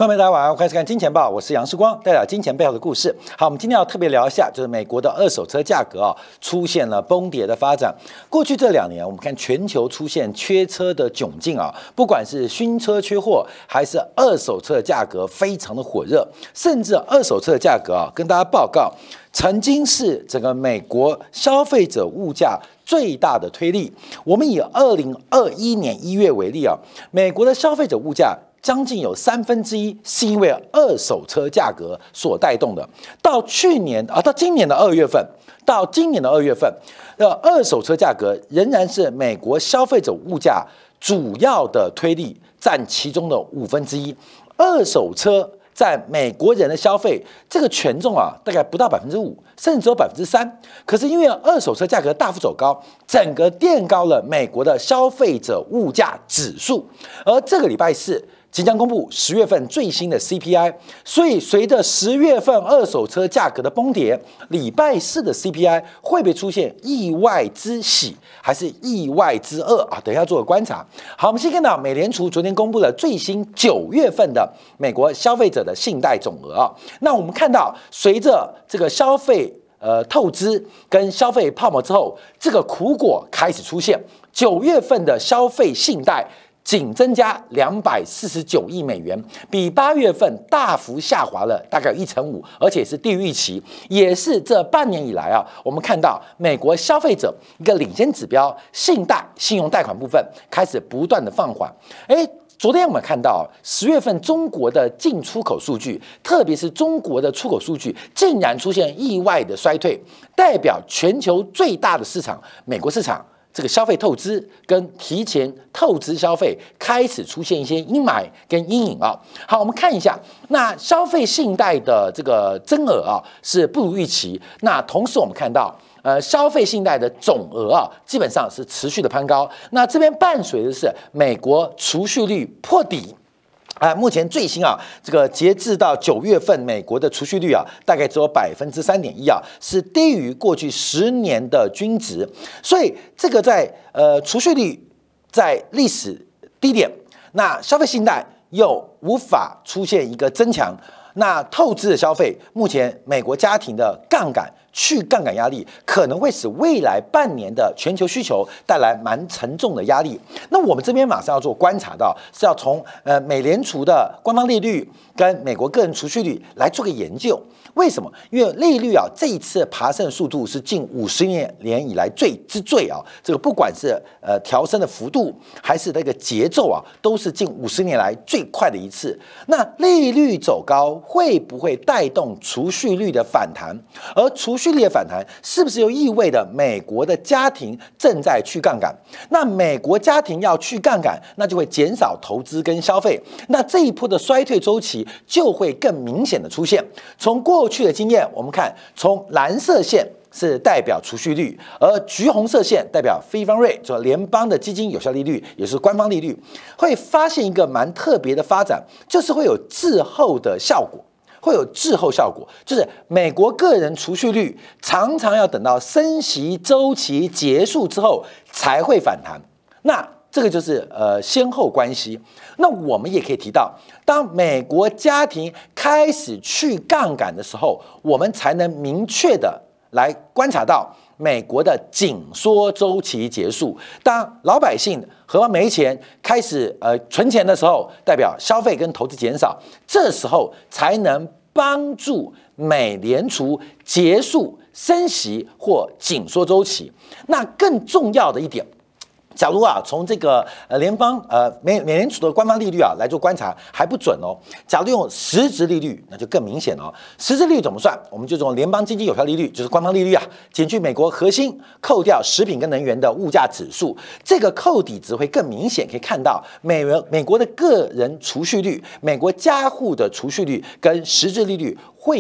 观众朋友大家晚上好，欢迎收看《金钱报》，我是杨世光，带来金钱背后的故事。好，我们今天要特别聊一下，就是美国的二手车价格出现了崩跌的发展。过去这2年，我们看全球出现缺车的窘境不管是新车缺货，还是二手车的价格非常的火热，甚至二手车的价格跟大家报告，曾经是整个美国消费者物价最大的推力。我们以2021年1月为例美国的消费者物价将近有1/3是因为二手车价格所带动的。到今年的2月份，二手车价格仍然是美国消费者物价主要的推力，占其中的1/5。二手车在美国人的消费这个权重大概不到5%，甚至只有3%。可是因为二手车价格大幅走高，整个垫高了美国的消费者物价指数。而这个礼拜四即将公布10月份最新的 CPI， 所以随着10月份二手车价格的崩跌，礼拜四的 CPI 会不会出现意外之喜还是意外之恶等一下做个观察。好，我们先看到美联储昨天公布了最新9月份的美国消费者的信贷总额那我们看到随着这个消费透支跟消费泡沫之后，这个苦果开始出现。9月份的消费信贷仅增加249亿美元，比8月份大幅下滑了大概有1.5%，而且是低于预期，也是这半年以来我们看到美国消费者一个领先指标信用贷款部分开始不断的放缓。昨天我们看到10月份中国的进出口数据，特别是中国的出口数据，竟然出现意外的衰退，代表全球最大的市场美国市场这个消费透支跟提前透支消费开始出现一些阴霾跟阴影好，我们看一下，那消费信贷的这个增额是不如预期。那同时我们看到消费信贷的总额基本上是持续的攀高。那这边伴随的是美国储蓄率破底。目前最新这个截至到9月份，美国的储蓄率大概只有3.1%是低于过去10年的均值。所以这个在储蓄率在历史低点，那消费信贷又无法出现一个增强，那透支的消费，目前美国家庭的去杠杆压力可能会使未来半年的全球需求带来蛮沉重的压力。那我们这边马上要做观察到，是要从美联储的官方利率跟美国个人储蓄率来做个研究。为什么？因为利率这一次爬升的速度是近50年以来最这个不管是调升的幅度还是那个节奏都是近50年来最快的一次。那利率走高会不会带动储蓄率的反弹？而储蓄率的反弹是不是又意味着美国的家庭正在去杠杆？那美国家庭要去杠杆，那就会减少投资跟消费，那这一波的衰退周期就会更明显的出现。从过去的经验，我们看，从蓝色线是代表储蓄率，而橘红色线代表非方瑞，就联邦的基金有效利率，也是官方利率，会发现一个蛮特别的发展，就是会有滞后的效果。就是美国个人储蓄率常常要等到升息周期结束之后才会反弹，那这个就是先后关系。那我们也可以提到，当美国家庭开始去杠杆的时候，我们才能明确的来观察到美国的紧缩周期结束。当老百姓荷包没钱，开始存钱的时候，代表消费跟投资减少，这时候才能帮助美联储结束升息或紧缩周期。那更重要的一点，假如从这个美联储的官方利率来做观察还不准假如用实质利率，那就更明显实质利率怎么算？我们就用联邦基金有效利率，就是官方利率减去美国核心，扣掉食品跟能源的物价指数，这个扣抵值会更明显。可以看到美国的个人储蓄率、美国家户的储蓄率跟实质利率会有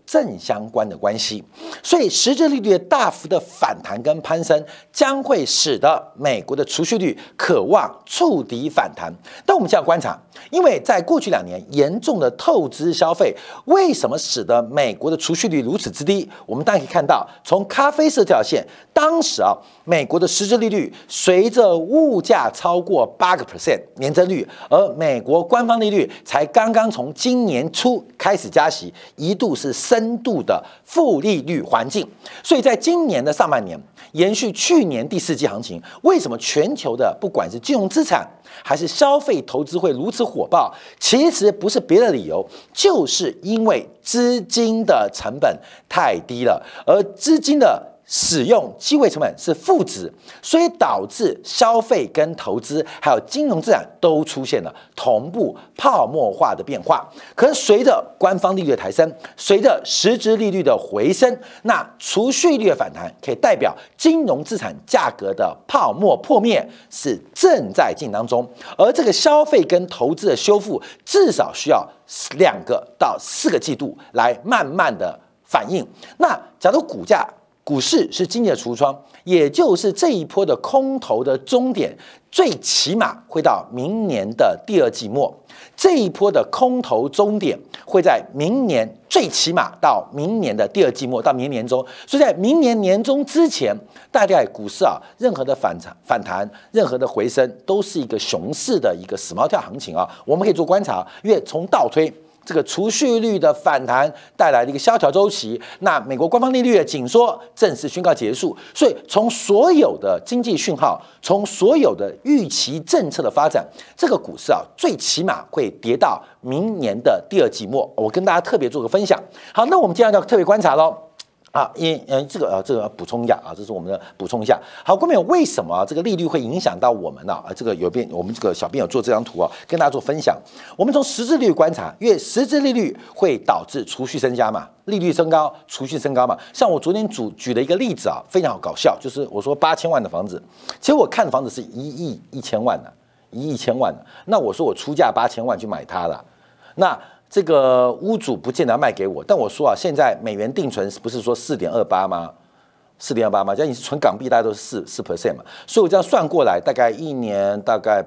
正相关的关系，所以实质利率的大幅的反弹跟攀升，将会使得美国的储蓄率渴望触底反弹。但我们这样观察，因为在过去2年严重的透支消费，为什么使得美国的储蓄率如此之低？我们当然可以看到，从咖啡色这条线，当时美国的实质利率随着物价超过8% 年增率，而美国官方利率才刚刚从今年初开始加息，一度是深度的负利率环境。所以在今年的上半年，延续去年第4季行情，为什么全球的不管是金融资产还是消费投资会如此火爆？其实不是别的理由，就是因为资金的成本太低了，而资金的使用机会成本是负值，所以导致消费跟投资还有金融资产都出现了同步泡沫化的变化。可是随着官方利率的抬升，随着实质利率的回升，那储蓄率的反弹可以代表金融资产价格的泡沫破灭是正在进行当中，而这个消费跟投资的修复至少需要2个到4个季度来慢慢的反应。那假如股市是经济的橱窗，也就是这一波的空头的终点，最起码会到明年的第2季末。这一波的空头终点会在明年，最起码到明年的第2季末，到明年年中。所以在明年年中之前，大概股市任何的反弹，任何的回升，都是一个熊市的一个死猫跳行情我们可以做观察，因为从倒推。这个储蓄率的反弹带来的一个萧条周期，那美国官方利率的紧缩正式宣告结束。所以从所有的经济讯号，从所有的预期政策的发展，这个股市最起码会跌到明年的第2季末。我跟大家特别做个分享。好，那我们接下来要特别观察咯。这个补充一下这是我们的补充一下。好，观众朋友，为什么这个利率会影响到我们呢？这个我们这个小编有做这张图跟大家做分享。我们从实质利率观察，因为实质利率会导致储蓄增加嘛，利率升高，储蓄升高嘛。像我昨天举了一个例子非常搞笑，就是我说8000万的房子，其实我看的房子是1亿1000万1亿1000万那我说我出价8000万去买它了，那这个屋主不见得卖给我，但我说现在美元定存不是说4.28吗？4.28吗？假如你是存港币，大概都是4% 嘛，所以我这样算过来，大概1年大概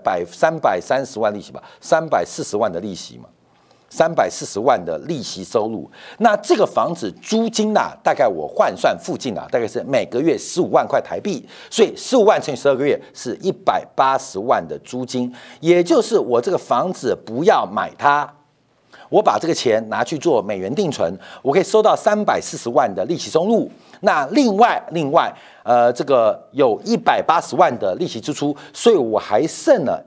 330万利息吧，340万的利息嘛，340万的利息收入。那这个房子租金大概我换算附近大概是每个月15万块台币，所以15万乘以12个月是180万的租金，也就是我这个房子不要买它。我把这个钱拿去做美元定存，我可以收到340万的利息收入。那另外，这个有180万的利息支出，所以我还剩了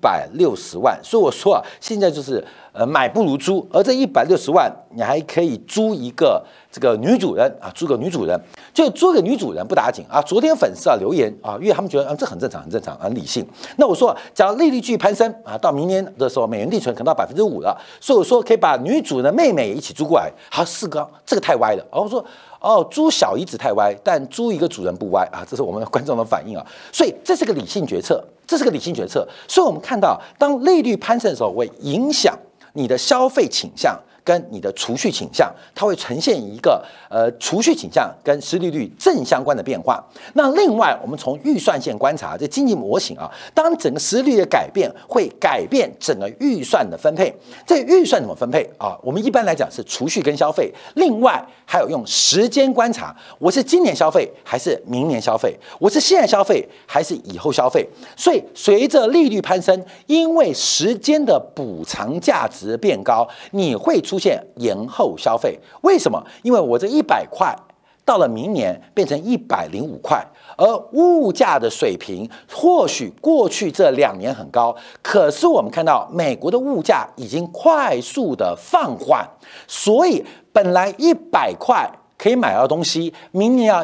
160万。所以我说现在就是买不如租，而这160万你还可以租一个这个女主人租个女主人，就租个女主人不打紧昨天粉丝留言因为他们觉得这很正常，很理性。那我说，假如利率继续攀升到明年的时候，美元定存可能到5%了，所以我说可以把女主人的妹妹也一起租过来。好，4个这个太歪了。我说租小姨子太歪，但租一个主人不歪这是我们观众的反应所以这是个理性决策，所以我们看到，当利率攀升的时候，会影响你的消费倾向跟你的储蓄倾向，它会呈现一个储蓄倾向跟实利率正相关的变化。那另外，我们从预算线观察这经济模型当整个实利率的改变，会改变整个预算的分配。这预算怎么分配我们一般来讲是储蓄跟消费，另外还有用时间观察，我是今年消费还是明年消费，我是现在消费还是以后消费。所以随着利率攀升，因为时间的补偿价值变高，你会出现延后消费。为什么？因为我这100块到了明年变成105块，而物价的水平或许过去这2年很高，可是我们看到美国的物价已经快速的放缓，所以本来100块可以买到东西，明年要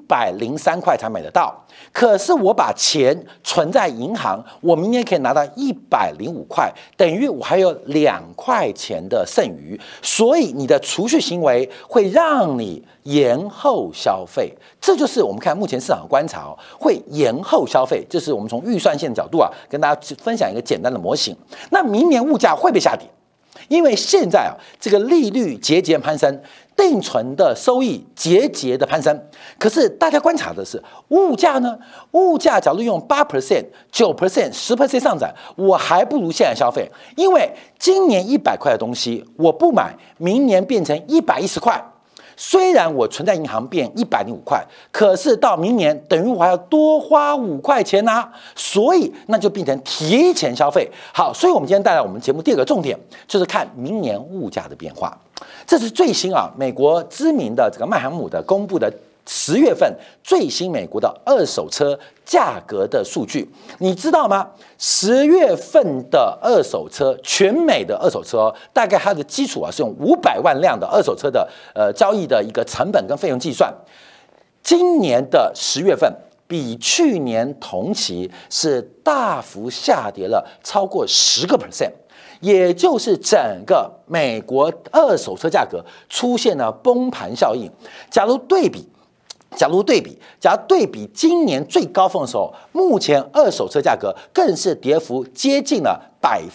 103块才买得到。可是我把钱存在银行，我明年可以拿到105块，等于我还有2块钱的剩余，所以你的储蓄行为会让你延后消费。这就是我们看目前市场的观察会延后消费。这是我们从预算线的角度跟大家分享一个简单的模型。那明年物价会不会下跌？ 因为现在啊，这个利率节节攀升，定存的收益节节的攀升。可是大家观察的是物价呢？物价假如用8%、9%、10%上涨，我还不如现在消费，因为今年100块的东西我不买，明年变成110块。虽然我存在银行变105块，可是到明年等于我还要多花5块钱啊，所以那就变成提前消费。好，所以我们今天带来我们节目第二个重点，就是看明年物价的变化。这是最新啊，美国知名的这个麦航姆的公布的10月份最新美国的二手车价格的数据，你知道吗？10月份的二手车，全美的二手车，大概它的基础啊是用500万辆的二手车的交易的一个成本跟费用计算。今年的10月份比去年同期是大幅下跌了超过10%。也就是整个美国二手车价格出现了崩盘效应。假如对比今年最高峰的时候，目前二手车价格更是跌幅接近了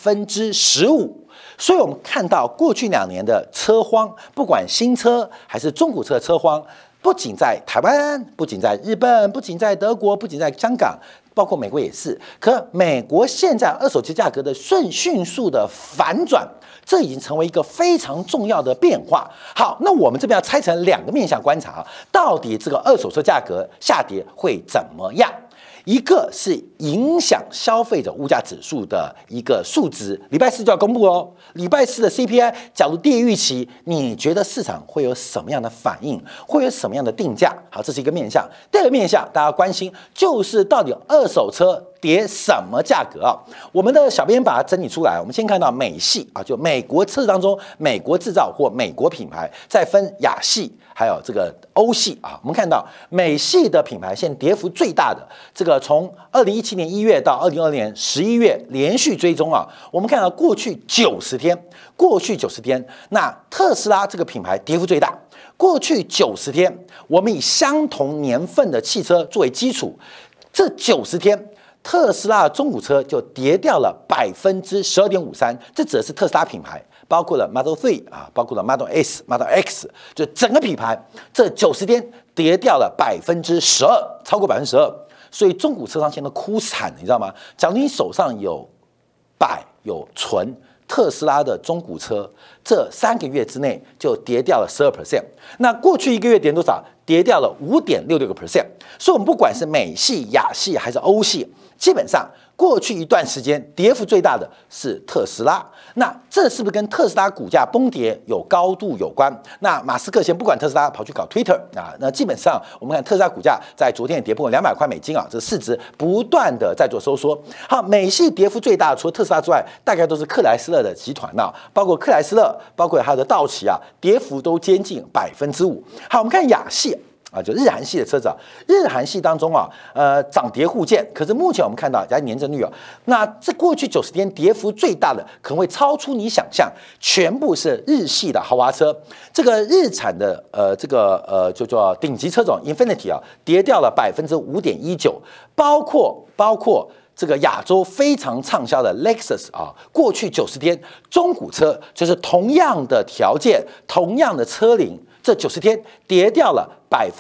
15%。所以我们看到过去2年的车荒，不管新车还是中古车的车荒，不仅在台湾，不仅在日本，不仅在德国，不仅在香港，包括美国也是。可美国现在二手车价格的迅速的反转，这已经成为一个非常重要的变化。好，那我们这边要拆成2个面向观察，到底这个二手车价格下跌会怎么样？一个是影响消费者物价指数的一个数值，礼拜4就要公布哦。礼拜4的 CPI， 假如低于预期，你觉得市场会有什么样的反应？会有什么样的定价？好，这是一个面向。第二个面向，大家关心就是到底二手车跌什么价格啊？我们的小编把它整理出来。我们先看到美系啊，就美国车子当中，美国制造或美国品牌，再分亚系。还有这个欧系啊，我们看到美系的品牌现在跌幅最大的，这个从2017年1月到2020年11月连续追踪啊，我们看到过去90天，那特斯拉这个品牌跌幅最大。过去90天，我们以相同年份的汽车作为基础，这90天。特斯拉的中古车就跌掉了12.53%，这指的是特斯拉品牌，包括了 Model 3啊，包括了 Model S、Model X， 就整个品牌这90天跌掉了12%，超过12%，所以中古车商现在哭惨，你知道吗？假如你手上有存特斯拉的中古车，这3个月之内就跌掉了12%。那过去1个月跌多少？跌掉了5.66%。所以，我们不管是美系、亚系还是欧系，基本上过去一段时间跌幅最大的是特斯拉。那这是不是跟特斯拉股价崩跌有高度有关？那马斯克先不管特斯拉，跑去搞 Twitter 啊。那基本上我们看特斯拉股价在昨天也跌破200块美金啊，这市值不断的在做收缩。好，美系跌幅最大的除了特斯拉之外，大概都是克莱斯勒的集团啊，包括克莱斯勒，包括它的道奇啊，跌幅都接近5%。好，我们看亚系。啊，就日韩系的车子啊，日韩系当中啊，涨跌互见。可是目前我们看到，加年增率啊，那这过去90天跌幅最大的，可能会超出你想象，全部是日系的豪华车。这个日产的就叫顶级车种 Infiniti 啊，跌掉了5.19%，包括这个亚洲非常畅销的 Lexus 啊，过去90天中古车就是同样的条件、同样的车龄。这90天跌掉了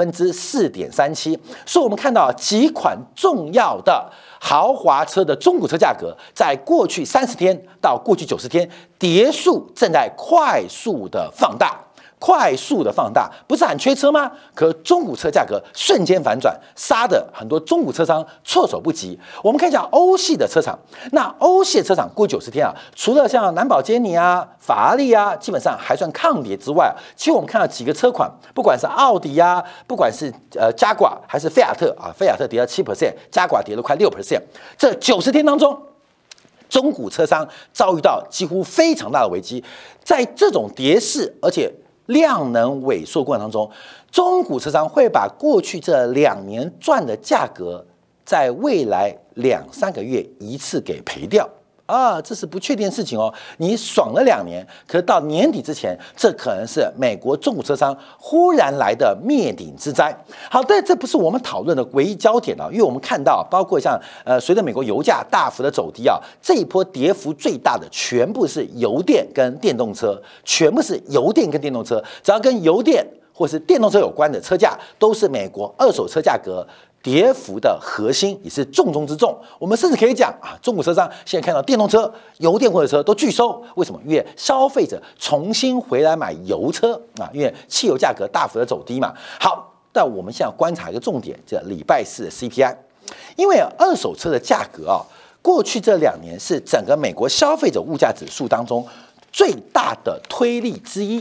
4.37%，所以我们看到几款重要的豪华车的中古车价格，在过去30天到过去90天，跌速正在快速的放大。不是很缺车吗？可中古车价格瞬间反转，杀的很多中古车商措手不及。我们看一下欧系的车厂，那欧系的车厂过90天啊，除了像兰博基尼啊、法拉利啊，基本上还算抗跌之外，其实我们看到几个车款，不管是奥迪啊，不管是加挂还是菲亚特啊，菲亚特跌了7%，加挂跌了快6%。这90天当中，中古车商遭遇到几乎非常大的危机，在这种跌势，而且量能萎缩过程当中，中古车商会把过去这2年赚的价格，在未来2-3个月一次给赔掉啊，这是不确定的事情哦。你爽了2年，可是到年底之前，这可能是美国中古车商忽然来的灭顶之灾。好，但这不是我们讨论的唯一焦点啊，因为我们看到，包括像随着美国油价大幅的走低啊，这一波跌幅最大的全部是油电跟电动车，全部是油电跟电动车，只要跟油电或是电动车有关的车价，都是美国二手车价格跌幅的核心，也是重中之重。我们甚至可以讲啊，中古车商现在看到电动车、油电混合车都拒收，为什么？因为消费者重新回来买油车啊，因为汽油价格大幅的走低嘛。好，但我们现在观察一个重点，这礼拜四的 CPI， 因为二手车的价格啊，过去这2年是整个美国消费者物价指数当中最大的推力之一。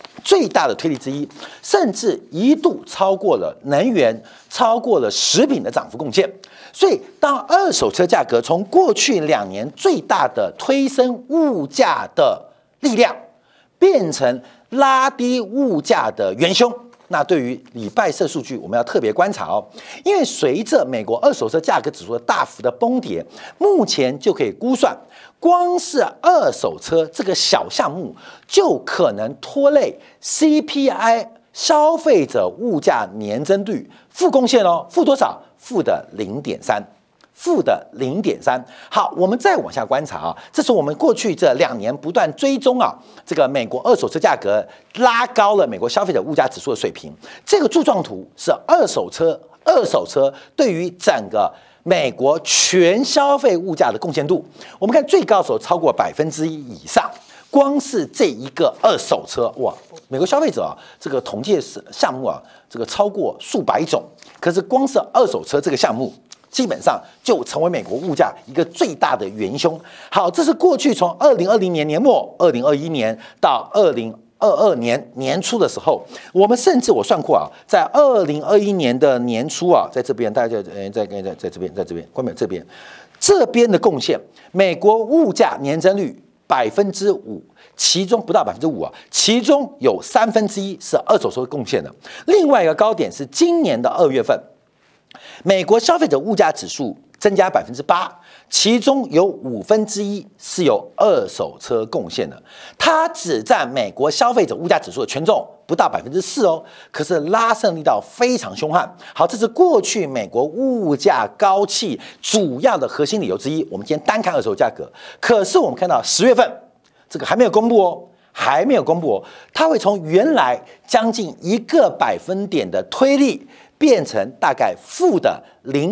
甚至一度超过了能源、超过了食品的涨幅贡献。所以，当二手车价格从过去2年最大的推升物价的力量，变成拉低物价的元凶，那对于礼拜四数据，我们要特别观察哦，因为随着美国二手车价格指数的大幅的崩跌，目前就可以估算，光是二手车这个小项目就可能拖累 CPI 消费者物价年增率负贡献哦，负多少？负的0.3%。负的0.3%。好，我们再往下观察啊，这是我们过去这2年不断追踪啊，这个美国二手车价格拉高了美国消费者物价指数的水平。这个柱状图是二手车对于整个美国全消费物价的贡献度。我们看最高的时候超过1%以上，光是这一个二手车，哇，美国消费者啊，这个统计项目啊，这个超过数百种，可是光是二手车这个项目，基本上就成为美国物价一个最大的元凶。好，这是过去从2020年年末、2021年到2022年年初的时候，我们甚至我算过啊，在2021年的年初啊，在这边大家在这边，关门这边的贡献，美国物价年增率5%，其中不到5%啊，其中有1/3是二手车贡献的。另外一个高点是今年的2月份。美国消费者物价指数增加8%，其中有1/5是由二手车贡献的，它只占美国消费者物价指数的权重不到4%哦，可是拉升力道非常凶悍。好，这是过去美国物价高企主要的核心理由之一。我们今天单看二手价格，可是我们看到10月份这个还没有公布哦。它会从原来将近1个百分点的推力，变成大概负的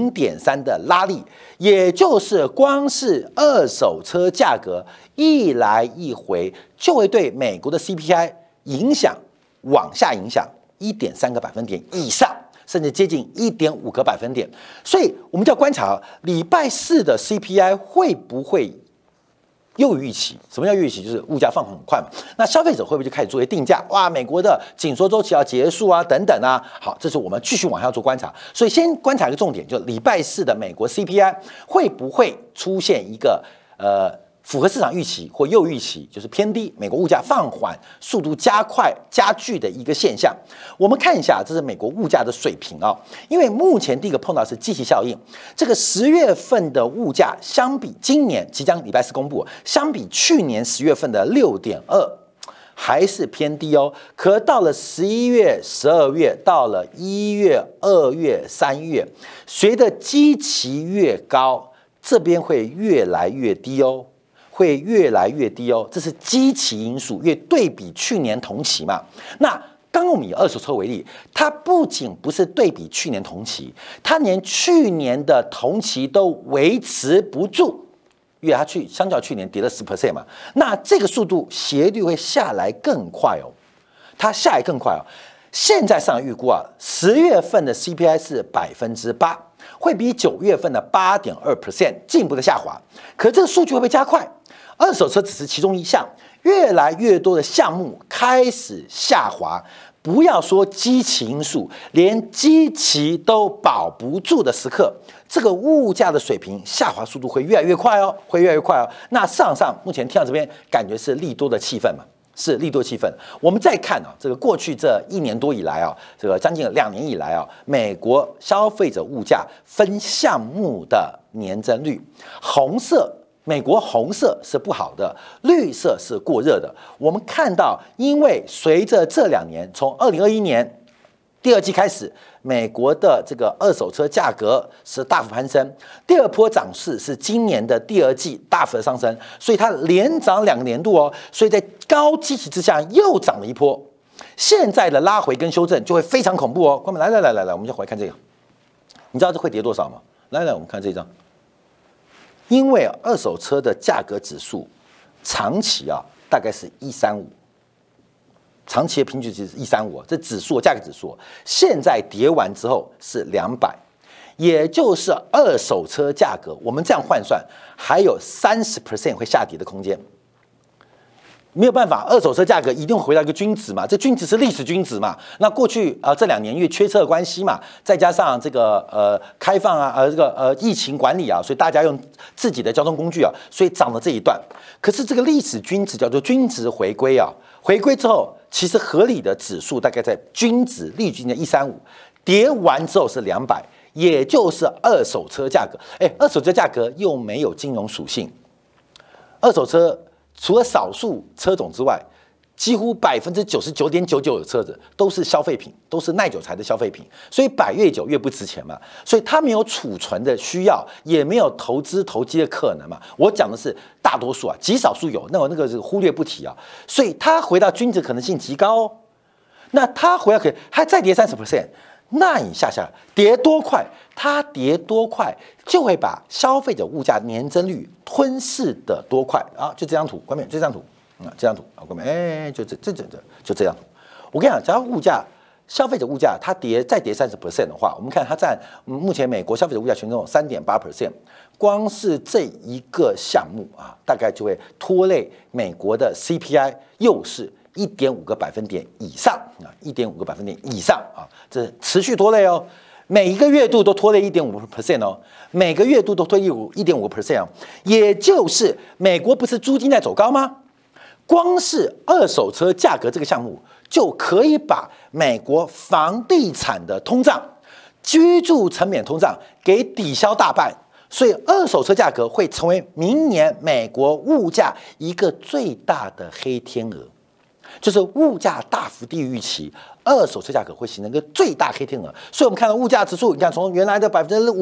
0.3的拉力，也就是光是二手车价格一来一回，就会对美国的 CPI 往下影响1.3个百分点以上，甚至接近1.5个百分点。所以我们就要观察礼拜四的 CPI 会不会优于预期。什么叫优于预期？就是物价放缓很快嘛。那消费者会不会就开始做一些定价？哇，美国的紧缩周期要结束啊，等等啊。好，这是我们继续往下做观察。所以先观察一个重点，就礼拜四的美国 CPI 会不会出现一个符合市场预期或优于预期，就是偏低，美国物价放缓速度加剧的一个现象。我们看一下，这是美国物价的水平啊。因为目前第一个碰到是季期效应，这个10月份的物价相比今年即将礼拜四公布，相比去年10月份的6.2。还是偏低哦，可到了11月、12月，到了1月、2月、3月，随着基期越高，这边会越来越低哦。这是基期因素，因为对比去年同期嘛。那刚刚我们以二手车为例，它不仅不是对比去年同期，它连去年的同期都维持不住。因为它相较去年跌了10% 嘛，那这个速度斜率会下来更快哦，现在上预估啊，10月份的 CPI 是8%，会比9月份的8.2% 进一步的下滑。可这个数据会不会加快？二手车只是其中一项，越来越多的项目开始下滑。不要说基期因素，连基期都保不住的时刻，这个物价的水平下滑速度会越来越快哦，那市场上目前听到这边，感觉是利多的气氛嘛，我们再看啊，这个过去这1年多以来啊，这个将近2年以来啊，美国消费者物价分项目的年增率，红色美国红色是不好的，绿色是过热的。我们看到，因为随着这2年，从2021年第2季开始，美国的这个二手车价格是大幅攀升，第2波涨势是今年的第2季大幅的上升，所以它连涨2个年度哦，所以在高基期之下又涨了一波。现在的拉回跟修正就会非常恐怖哦。来，我们就回来看这个，你知道这会跌多少吗？来，我们看这一张。因为二手车的价格指数长期大概是135，长期的平均值是135，这指数价格指数现在跌完之后是200，也就是二手车价格我们这样换算还有30% 会下跌的空间。没有办法，二手车价格一定会回到一个均值嘛，这均值是历史均值嘛。那过去这2年因为缺车的关系嘛，再加上这个开放这个疫情管理所以大家用自己的交通工具所以涨了这一段。可是这个历史均值叫做均值回归回归之后，其实合理的指数大概在均值历均的135，跌完之后是200，也就是二手车价格。二手车价格又没有金融属性，二手车。除了少数车种之外，几乎99.99%的车子都是消费品，都是耐久材的消费品，所以摆越久越不值钱嘛。所以它没有储存的需要，也没有投机的可能嘛。我讲的是大多数极少数有，那个是忽略不提所以它回到均值可能性极高哦。那它回到还再跌30%。那你下跌多快，它跌多快就会把消费者物价年增率吞噬的多快就这张图，关面这张图这张图关面就这样。我跟你讲，假如消费者物价它再跌30% 的话，我们看它占目前美国消费者物价权重3.8%，光是这一个项目大概就会拖累美国的 CPI 又是1.5个百分点以上1.5个百分点以上这持续拖累哦，每一个月度都拖累1.5% 哦，每个月度都拖累1.5% 哦，也就是美国不是租金在走高吗？光是二手车价格这个项目就可以把美国房地产的通胀、居住成本通胀给抵消大半，所以二手车价格会成为明年美国物价一个最大的黑天鹅。就是物价大幅低于预期，二手车价格会形成一个最大黑天鹅。所以我们看到物价指数，你看从原来的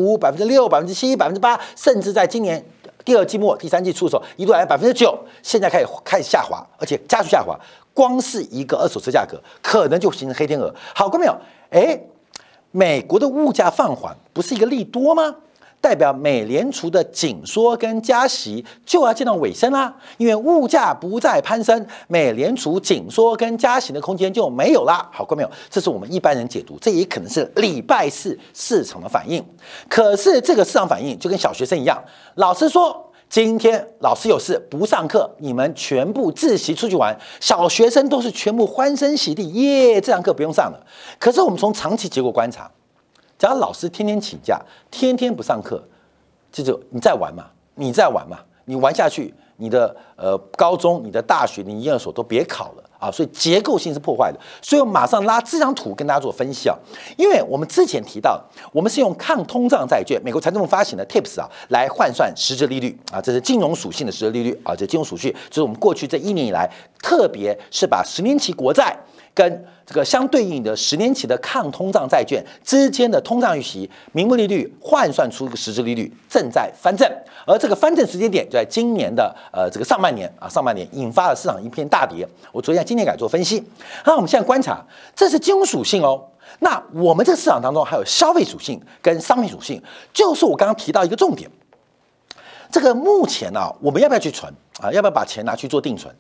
5%、6%、7%、8%，甚至在今年第2季末、第3季初的时候，一度来9%，现在开始下滑，而且加速下滑。光是一个二手车价格，可能就形成黑天鹅。好，各位朋友，美国的物价放缓不是一个利多吗？代表美联储的紧缩跟加息就要见到尾声啦，因为物价不再攀升，美联储紧缩跟加息的空间就没有啦。好，各位朋友，这是我们一般人解读，这也可能是礼拜四市场的反应。可是这个市场反应就跟小学生一样，老师说今天老师有事不上课，你们全部自习出去玩，小学生都是全部欢声喜地，耶，这堂课不用上了。可是我们从长期结果观察，假如老师天天请假，天天不上课，就你在玩嘛，你玩下去，你的高中、你的大学、你研究所都别考了所以结构性是破坏的。所以我马上拉这张图跟大家做分析因为我们之前提到，我们是用抗通胀债券，美国财政部发行的 TIPS 来换算实质利率这是金融属性的实质利率这金融属性就是我们过去这1年以来，特别是把10年期国债跟这个相对应的10年期的抗通胀债券之间的通胀预期名目利率换算出一个实质利率正在翻正，而这个翻正时间点就在今年的这个上半年引发了市场一片大跌。我昨天在今年改做分析，那我们现在观察，这是金融属性哦。那我们这个市场当中还有消费属性跟商品属性，就是我刚刚提到一个重点。这个目前我们要不要去存要不要把钱拿去做定存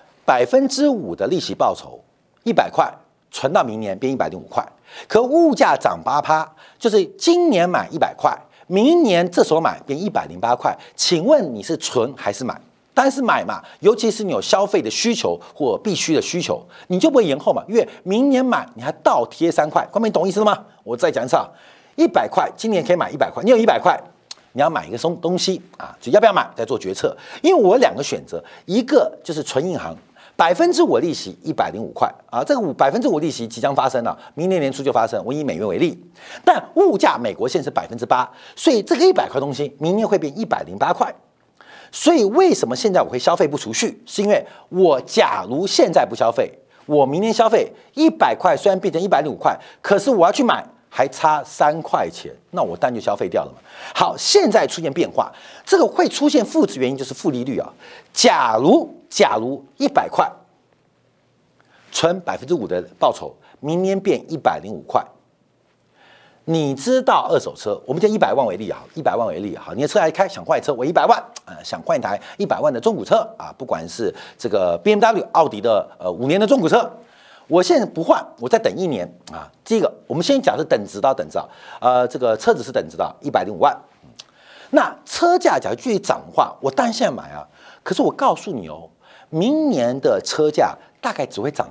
？5%的利息报酬，100块存到明年变105块，可物价涨8%，就是今年买100块，明年这时候买变108块。请问你是存还是买？当然是买嘛，尤其是你有消费的需求或必须的需求，你就不会延后嘛，因为明年买你还倒贴3块。观众懂意思了吗？我再讲一次100块今年可以买100块，你有100块，你要买一个东西就要不要买再做决策。因为我有2个选择，一个就是存银行。5%利息105块这个5%利息即将发生了，明年年初就发生。我以美元为例，但物价美国现在是8%，所以这个100块东西明年会变108块。 所以为什么现在我会消费不储蓄？是因为我假如现在不消费，我明年消费100块，虽然变成105块，可是我要去买还差3块钱，那我当然就消费掉了嘛。好，现在出现变化，这个会出现负值原因就是负利率啊。假如100块存5%的报酬，明年变105块。你知道二手车，我们就100万为例啊，100万为例好，你的车来开，想换车，我100万想换一台100万的中古车啊，不管是这个 BMW、奥迪的5年的中古车，我现在不换，我再等1年啊。第一个，我们先假设等值到，这个车子是等值到105万，那车价假如继续涨的话，我当然现在买啊。可是我告诉你哦，明年的车价大概只会涨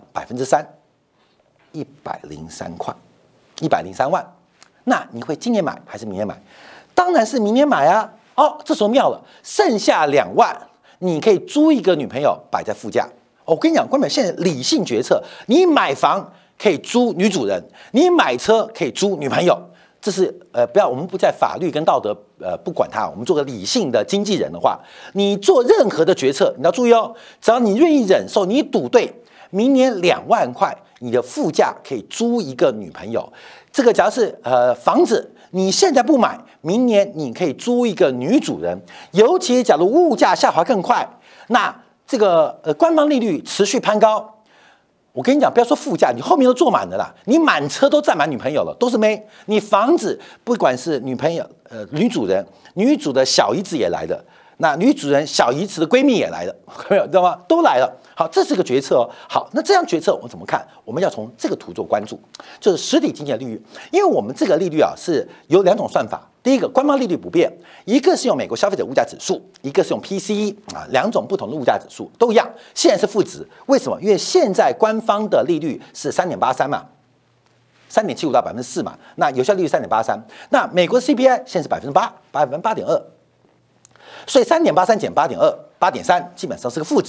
3%，103块，103万。那你会今年买还是明年买？当然是明年买啊！哦，这时候妙了，剩下2万，你可以租一个女朋友摆在副驾。我跟你讲，观众现在理性决策，你买房可以租女主人，你买车可以租女朋友。这是不要，我们不在法律跟道德不管它，我们做个理性的经纪人的话，你做任何的决策，你要注意哦，只要你愿意忍受，你赌对，明年2万块，你的副驾可以租一个女朋友。这个假如是房子，你现在不买，明年你可以租一个女主人。尤其假如物价下滑更快，那这个官方利率持续攀高，我跟你讲，不要说副驾，你后面都坐满了啦，你满车都站满女朋友了，都是妹。你房子不管是女朋友女主人，女主的小姨子也来了，那女主人小姨子的闺蜜也来了，没有知道吗？都来了。好，这是个决策哦。好，那这样决策我们怎么看？我们要从这个图做关注，就是实体经济的利率。因为我们这个利率啊是有2种算法，第一个官方利率不变，一个是用美国消费者物价指数，一个是用 PCE 啊，2种不同的物价指数都一样，现在是负值。为什么？因为现在官方的利率是3.83嘛。3.75到4%嘛，那有效利率3.83，那美国的 CPI 现在是8%，8.2%，所以3.83减8.2，8.3，基本上是个负值。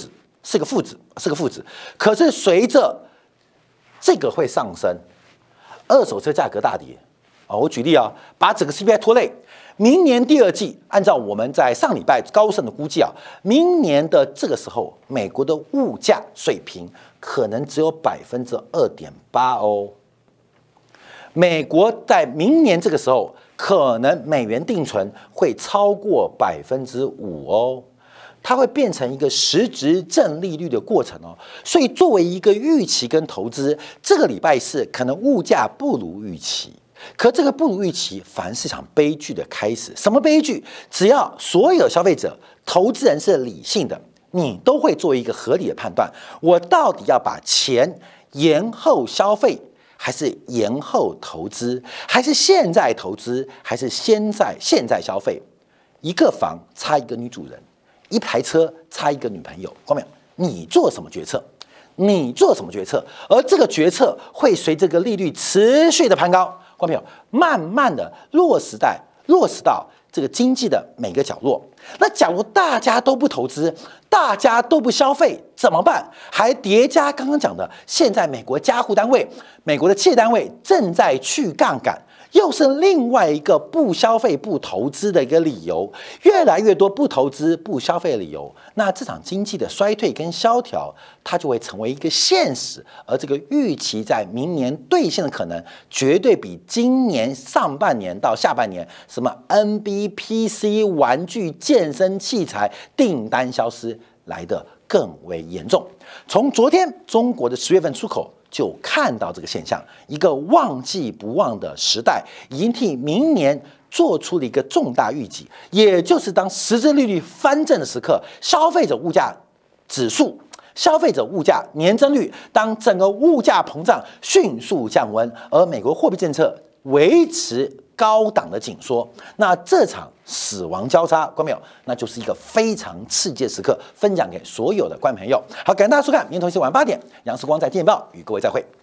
可是随着这个会上升，二手车价格大跌啊。我举例啊，把整个 CPI 拖累，明年第2季，按照我们在上礼拜高盛的估计啊，明年的这个时候，美国的物价水平可能只有2.8%哦。美国在明年这个时候，可能美元定存会超过5%哦。它会变成一个实质正利率的过程哦，所以作为一个预期跟投资，这个礼拜四可能物价不如预期，可这个不如预期反而是场悲剧的开始。什么悲剧？只要所有消费者、投资人是理性的，你都会做一个合理的判断：我到底要把钱延后消费，还是延后投资，还是现在投资，还是现在消费？一个房差一个女主人。1台车差一个女朋友，看到没有？你做什么决策？而这个决策会随这个利率持续的攀高，看到没有？慢慢的落实到这个经济的每个角落。那假如大家都不投资，大家都不消费，怎么办？还叠加刚刚讲的，现在美国家户单位、美国的企业单位正在去杠杆。又是另外一个不消费不投资的一个理由，越来越多不投资不消费的理由，那这场经济的衰退跟萧条，它就会成为一个现实，而这个预期在明年兑现的可能，绝对比今年上半年到下半年什么 NB、PC、玩具、健身器材订单消失来得更为严重。从昨天中国的10月份出口就看到这个现象，一个忘记不忘的时代已经替明年做出了一个重大预警，也就是当实质利率翻正的时刻，消费者物价指数、消费者物价年增率，当整个物价膨胀迅速降温，而美国货币政策维持高档的紧缩，那这场死亡交叉，观众朋友，那就是一个非常刺激的时刻，分享给所有的观众朋友。好，感谢大家收看，明天同一时间晚8点，杨世光在《电报》与各位再会。